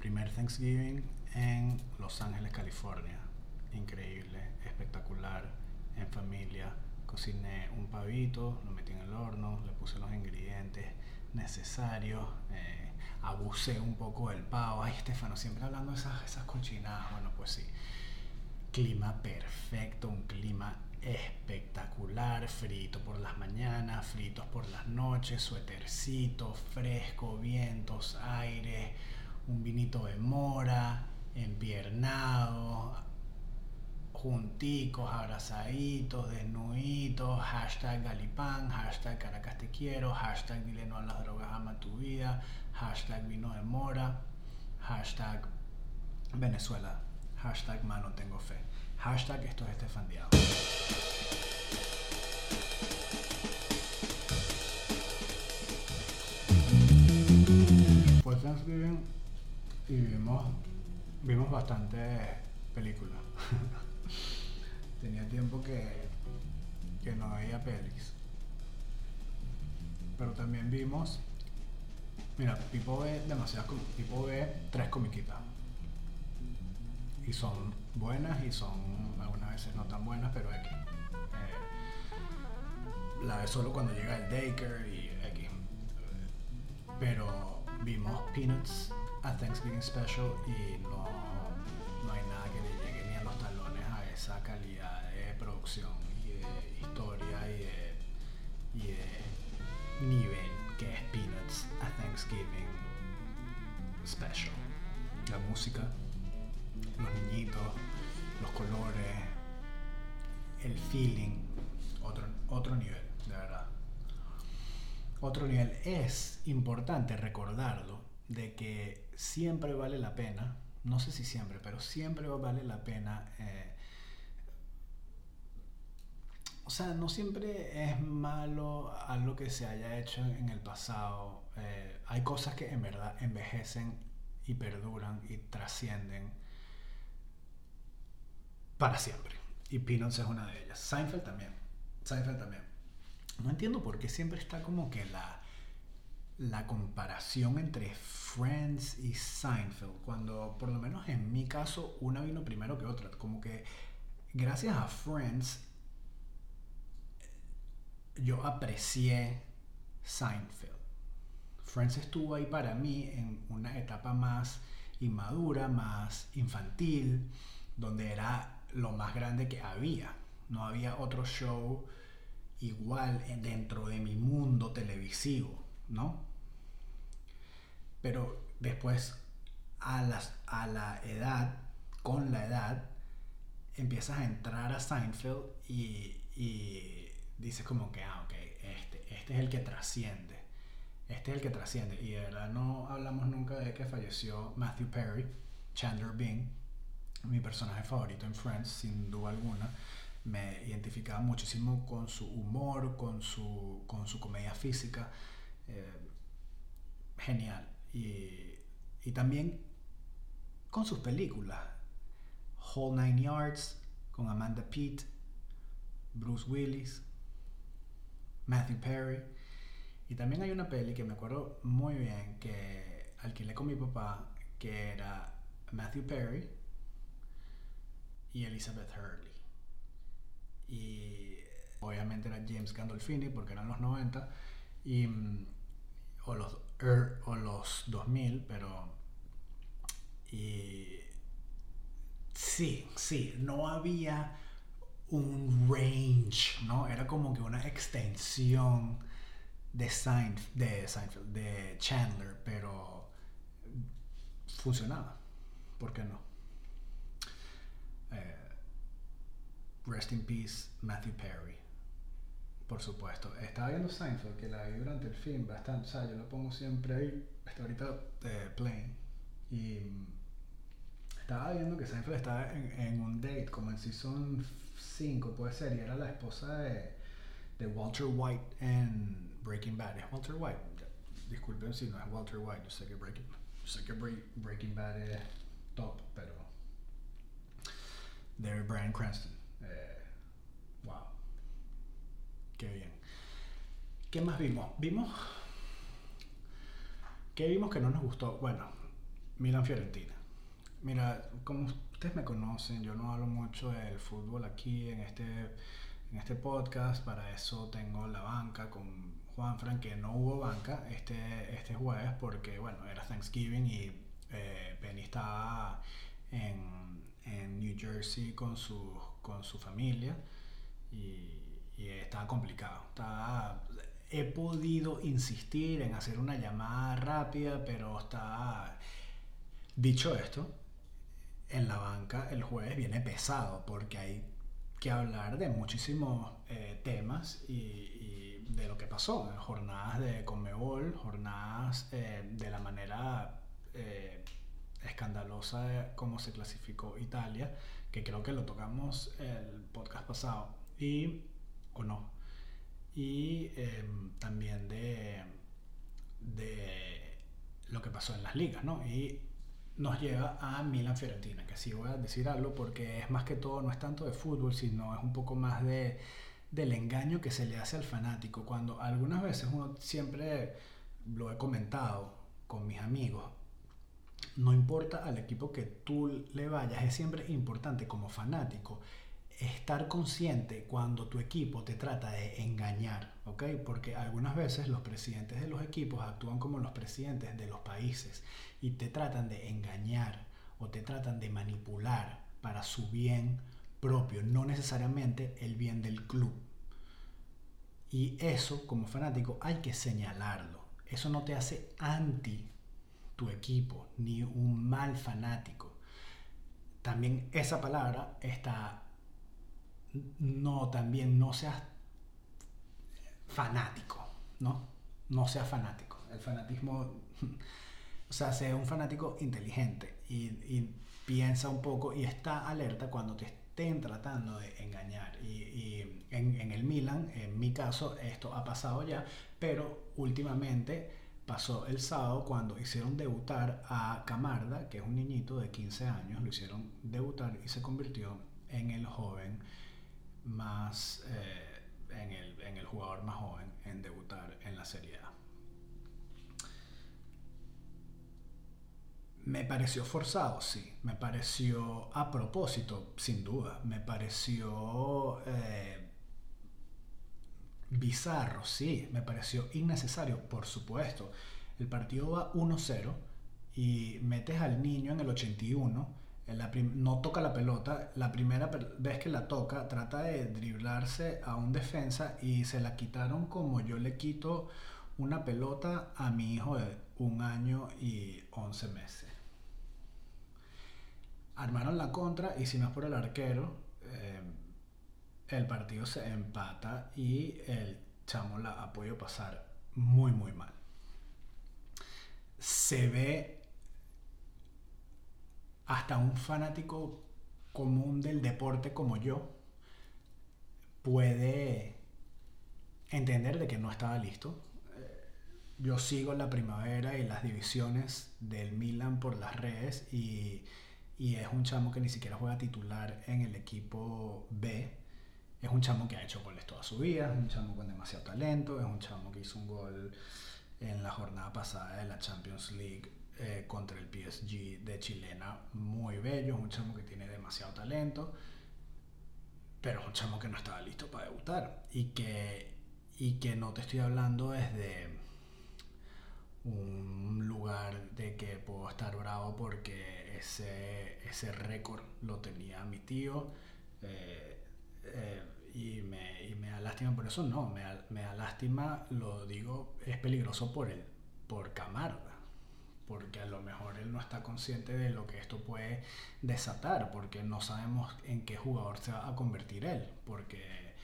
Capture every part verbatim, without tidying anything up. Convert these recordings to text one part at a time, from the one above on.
primer Thanksgiving en Los Ángeles, California. Increíble, espectacular, en familia. Cociné un pavito, lo metí en el horno, le puse los ingredientes necesarios, eh, abusé un poco del pavo. Ay, Estefano, siempre hablando de esas, esas cochinadas. Bueno, pues sí. Clima perfecto, un clima espectacular, frito por las mañanas, fritos por las noches, suétercito, fresco, vientos, aire, un vinito de mora, empiernado, junticos, abrazaditos, desnuditos, hashtag Galipán, hashtag Caracas te quiero, hashtag dile no a las drogas, ama tu vida, hashtag vino de mora, hashtag Venezuela, hashtag mano tengo fe, hashtag esto es estefandiado. Fue Thanksgiving y vimos, vimos bastantes películas. Tenía tiempo que, que no veía pelis. Pero también vimos, mira, Pipo ve demasiadas, Pipo ve tres comiquitas. Y son buenas y son algunas veces no tan buenas, pero X. Eh, la ve solo cuando llega el daycare y X. Pero vimos Peanuts a Thanksgiving Special y no, no hay nada que le llegue ni a los talones a esa calidad de producción y de historia y de, y de nivel que es Peanuts a Thanksgiving Special. La música, los niñitos, los colores, el feeling, otro, otro nivel, de verdad. Otro nivel. Es importante recordarlo de que siempre vale la pena, no sé si siempre, pero siempre vale la pena, eh, o sea, no siempre es malo algo que se haya hecho en el pasado. Eh, hay cosas que en verdad envejecen y perduran y trascienden para siempre. Y Peanuts es una de ellas. Seinfeld también. Seinfeld también. No entiendo por qué siempre está como que la, la comparación entre Friends y Seinfeld, cuando por lo menos en mi caso una vino primero que otra. Como que gracias a Friends yo aprecié Seinfeld. Friends estuvo ahí para mí en una etapa más inmadura, más infantil, donde era lo más grande que había. No había otro show igual dentro de mi mundo televisivo, ¿no? Pero después, a, las, a la edad, con la edad, empiezas a entrar a Seinfeld y, y dices como que, ah, ok, este, este es el que trasciende. Este es el que trasciende. Y de verdad no hablamos nunca de que falleció Matthew Perry, Chandler Bing, mi personaje favorito en Friends, sin duda alguna. Me identificaba muchísimo con su humor, con su, con su comedia física. Eh, genial. Y, y también con sus películas. Whole Nine Yards, con Amanda Peet, Bruce Willis, Matthew Perry. Y también hay una peli que me acuerdo muy bien que alquilé con mi papá, que era Matthew Perry y Elizabeth Hurley. Y obviamente era James Gandolfini porque eran los noventa y, o, los, er, o los dos mil, pero y, sí, sí, no había un range, ¿no? Era como que una extensión de Seinfeld, de, Seinfeld, de Chandler, pero funcionaba. ¿Por qué no? Eh, rest in peace, Matthew Perry. Por supuesto. Estaba viendo Seinfeld, que la vi durante el film bastante. O sea, yo lo pongo siempre ahí. Está ahorita eh, playing. Y estaba viendo que Seinfeld estaba en, en un date, como en season cinco, puede ser, y era la esposa de, de Walter White en Breaking Bad. ¿Es Walter White? Disculpen si no es Walter White. Yo sé que Breaking, yo sé que Breaking Bad es top, pero de Bryan Cranston. Eh, wow. Qué bien. ¿Qué más vimos? Vimos... ¿Qué vimos que no nos gustó? Bueno, Milan-Fiorentina. Mira, como ustedes me conocen, yo no hablo mucho del fútbol aquí en este, en este podcast. Para eso tengo la banca con Juanfran, que no hubo banca este, este jueves porque, bueno, era Thanksgiving y eh, Penny estaba en, en New Jersey con su, con su familia y, y estaba complicado. Estaba, he podido insistir en hacer una llamada rápida, pero está... Dicho esto, en la banca el jueves viene pesado porque hay que hablar de muchísimos eh, temas y, y de lo que pasó, en jornadas de Conmebol, jornadas eh, de la manera eh, escandalosa de cómo se clasificó Italia, que creo que lo tocamos el podcast pasado, y o no, y eh, también de, de lo que pasó en las ligas, ¿no? Y nos lleva a Milan-Fiorentina, que sí voy a decir algo porque es más que todo, no es tanto de fútbol, sino es un poco más de, del engaño que se le hace al fanático. Cuando algunas veces uno siempre lo he comentado con mis amigos, no importa al equipo que tú le vayas, es siempre importante como fanático estar consciente cuando tu equipo te trata de engañar, ¿ok? Porque algunas veces los presidentes de los equipos actúan como los presidentes de los países y te tratan de engañar o te tratan de manipular para su bien propio, no necesariamente el bien del club. Y eso, como fanático, hay que señalarlo. Eso no te hace anti tu equipo, ni un mal fanático. También esa palabra está... No, también no seas fanático, ¿no? No seas fanático. El fanatismo... O sea, sea un fanático inteligente y, y piensa un poco y está alerta cuando te estén tratando de engañar. Y, y en, en el Milan, en mi caso, esto ha pasado ya, pero últimamente pasó el sábado cuando hicieron debutar a Camarda, que es un niñito de quince años, lo hicieron debutar y se convirtió en el joven más, eh, en, el, en el jugador más joven en debutar en la Serie A. ¿Me pareció forzado? Sí. ¿Me pareció a propósito? Sin duda. ¿Me pareció eh, bizarro? Sí. ¿Me pareció innecesario? Por supuesto. El partido va uno cero y metes al niño en el ochenta y uno, en la prim- no toca la pelota, la primera vez que la toca trata de driblarse a un defensa y se la quitaron como yo le quito una pelota a mi hijo de un año y once meses. Armaron la contra y si no es por el arquero, eh, el partido se empata y el chamo la ha podido pasar muy muy mal. Se ve hasta un fanático común del deporte como yo puede entender de que no estaba listo. Yo sigo la primavera y las divisiones del Milan por las redes y, y es un chamo que ni siquiera juega titular en el equipo B. Es un chamo que ha hecho goles toda su vida, es un chamo con demasiado talento, es un chamo que hizo un gol en la jornada pasada de la Champions League eh, contra el P S G de chilena, muy bello, es un chamo que tiene demasiado talento, pero es un chamo que no estaba listo para debutar y que, y que no te estoy hablando desde un lugar de que puedo estar bravo porque ese, ese récord lo tenía mi tío eh, eh, y, me, y me da lástima por eso. No, me da, me da lástima, lo digo, es peligroso por él, por Camarda, porque a lo mejor él no está consciente de lo que esto puede desatar, porque no sabemos en qué jugador se va a convertir él, porque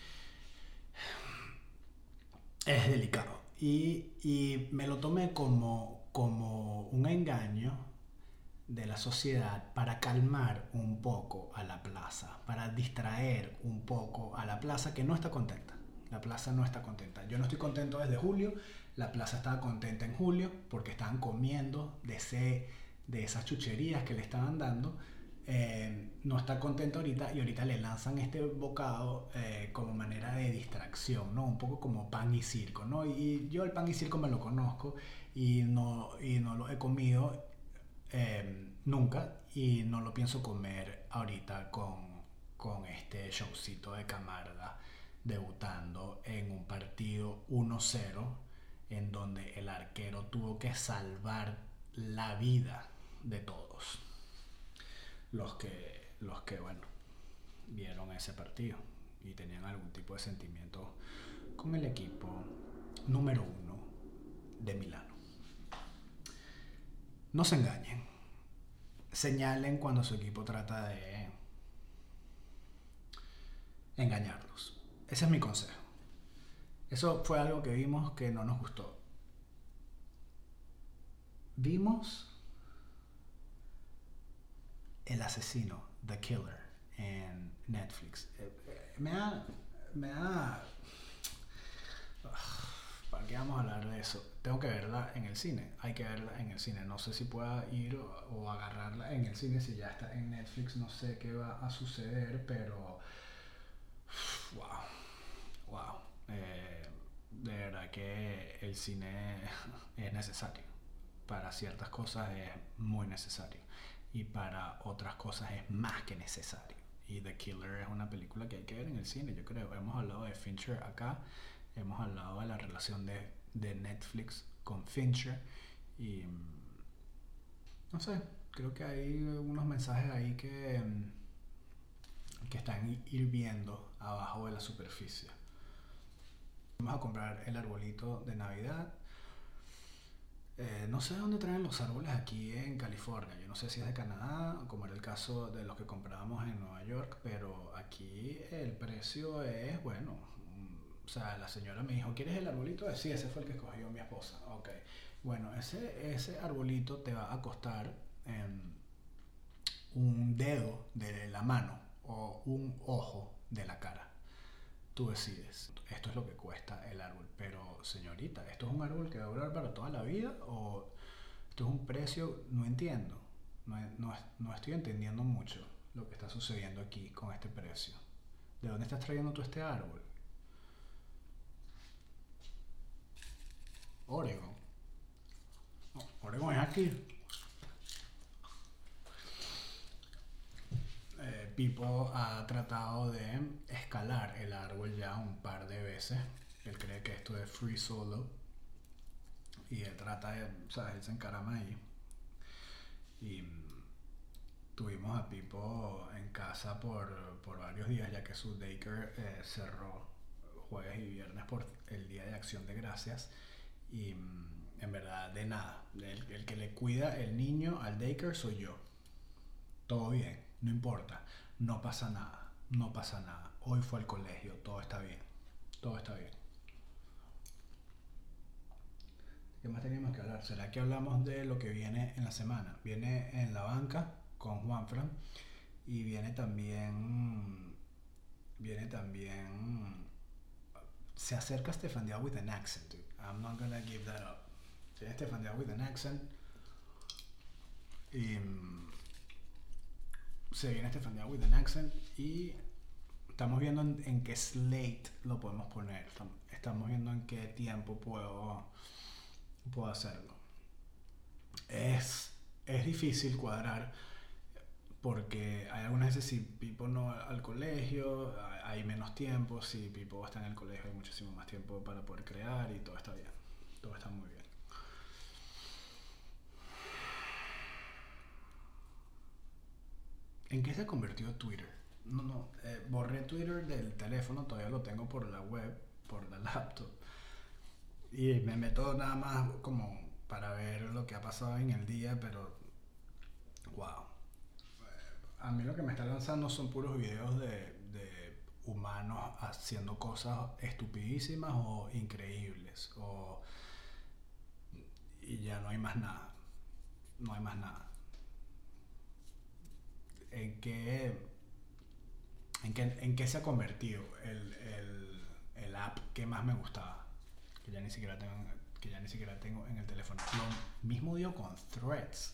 es delicado. Y, y me lo tomé como, como un engaño de la sociedad para calmar un poco a la plaza, para distraer un poco a la plaza que no está contenta. La plaza no está contenta. Yo no estoy contento desde julio, la plaza estaba contenta en julio porque estaban comiendo de, ese, de esas chucherías que le estaban dando. Eh, no está contento ahorita y ahorita le lanzan este bocado eh, como manera de distracción, ¿no? Un poco como pan y circo, ¿no? Y yo el pan y circo me lo conozco y no, y no lo he comido eh, nunca, y no lo pienso comer ahorita con, con este showcito de Camarda debutando en un partido uno cero en donde el arquero tuvo que salvar la vida de todos los que, los que bueno, vieron ese partido y tenían algún tipo de sentimiento con el equipo número uno de Milano. No se engañen. Señalen cuando su equipo trata de engañarlos. Ese es mi consejo. Eso fue algo que vimos que no nos gustó. Vimos El Asesino, The Killer, en Netflix. Me da... Me da... ¿Para qué vamos a hablar de eso? Tengo que verla en el cine. Hay que verla en el cine. No sé si pueda ir o, o agarrarla en el cine. Si ya está en Netflix, no sé qué va a suceder, pero... Wow. Wow. Eh, de verdad que el cine es necesario. Para ciertas cosas es muy necesario. Y para otras cosas es más que necesario. Y The Killer es una película que hay que ver en el cine, yo creo. Hemos hablado de Fincher acá. Hemos hablado de la relación de, de Netflix con Fincher. Y no sé, creo que hay unos mensajes ahí que, que están hirviendo abajo de la superficie. Vamos a comprar el arbolito de Navidad. Eh, no sé de dónde traen los árboles aquí en California. Yo no sé si es de Canadá, como era el caso de los que comprábamos en Nueva York, pero aquí el precio es, bueno, mm, o sea, la señora me dijo, ¿quieres el arbolito? Sí, ese fue el que escogió mi esposa. Ok. Bueno, ese, ese arbolito te va a costar eh, un dedo de la mano o un ojo de la cara. Tú decides. Esto es lo que cuesta el árbol. Pero, señorita, ¿esto es un árbol que va a durar para toda la vida? ¿O esto es un precio? No entiendo. No, no, no estoy entendiendo mucho lo que está sucediendo aquí con este precio. ¿De dónde estás trayendo tú este árbol? Oregon. No, Oregon es aquí. Eh, Pipo ha tratado de escalar el árbol ya un par de veces. Él cree que esto es free solo. Y él trata de, ¿sabes? Él se encarama ahí. Y tuvimos a Pipo en casa por, por varios días, ya que su daycare eh, cerró jueves y viernes por el Día de Acción de Gracias. Y en verdad, de nada. El, el que le cuida el niño al daycare soy yo. Todo bien, no importa. No pasa nada, no pasa nada. Hoy fue al colegio, todo está bien. Todo está bien. ¿Qué más teníamos que hablar? ¿Será que hablamos de lo que viene en la semana? Viene en la banca con Juanfran y viene también viene también se acerca Stefan Diao with an accent, dude. I'm not gonna give that up. Viene Stefan Diao with an accent y se viene Stefan Diao with an accent y estamos viendo en, en qué slate lo podemos poner. Estamos viendo en qué tiempo puedo puedo hacerlo. Es, es difícil cuadrar porque hay algunas veces si Pipo no va al colegio, hay menos tiempo, si Pipo está en el colegio hay muchísimo más tiempo para poder crear y todo está bien, todo está muy bien. ¿En qué se convirtió Twitter? No, no, eh, borré Twitter del teléfono, todavía lo tengo por la web, por la laptop. Y me meto nada más como para ver lo que ha pasado en el día, pero wow. A mí lo que me está lanzando son puros videos de, de humanos haciendo cosas estupidísimas o increíbles. O, y ya no hay más nada. No hay más nada. ¿En qué, en qué, en qué se ha convertido el, el, el app que más me gustaba? Que ya ni siquiera tengo, que ya ni siquiera tengo en el teléfono. Lo mismo digo con Threads.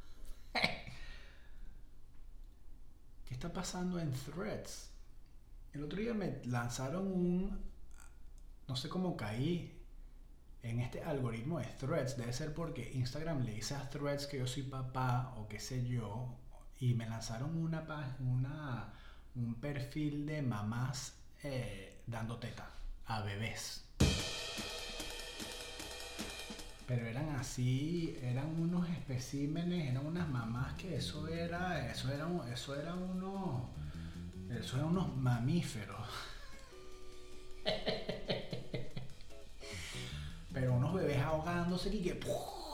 ¿Qué está pasando en Threads? El otro día me lanzaron un... No sé cómo caí en este algoritmo de Threads, debe ser porque Instagram le dice a Threads que yo soy papá o qué sé yo, y me lanzaron una, una un perfil de mamás eh, dando teta a bebés. Pero eran así, eran unos especímenes, eran unas mamás que eso era, eso era, eso era unos, eso eran unos mamíferos. Pero unos bebés ahogándose y que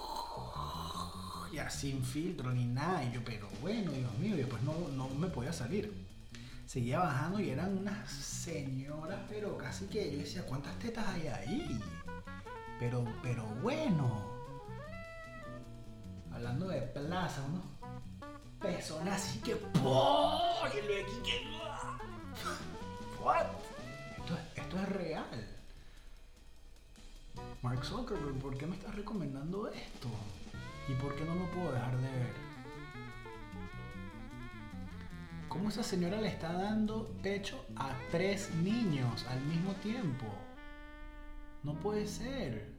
ya sin filtro ni nada. Y yo, pero bueno, Dios mío, y después no, no me podía salir. Seguía bajando y eran unas señoras, pero casi que yo decía, ¿cuántas tetas hay ahí? Pero, pero bueno. Hablando de plaza, unos pezones así que ¡oh! Y el de aquí que ¿what? Esto, esto es real. Mark Zuckerberg, ¿por qué me estás recomendando esto? ¿Y por qué no lo puedo dejar de ver? ¿Cómo esa señora le está dando pecho a tres niños al mismo tiempo? No puede ser.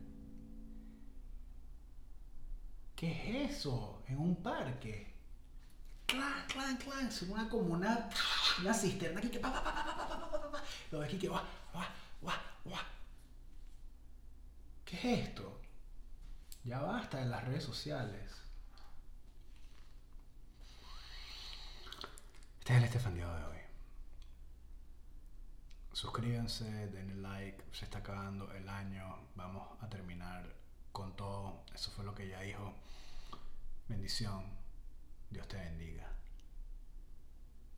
¿Qué es eso? En un parque. Clan, clan, clan. Es una como una, una cisterna aquí que pa, pa, pa, pa, pa, pa, pa, pa. Lo ves aquí que va, va, va, va. ¿Qué es esto? Ya basta de las redes sociales. Este es el Estefandiado de hoy. Suscríbanse, denle like, se está acabando el año, vamos a terminar con todo. Eso fue lo que ella dijo. Bendición, Dios te bendiga.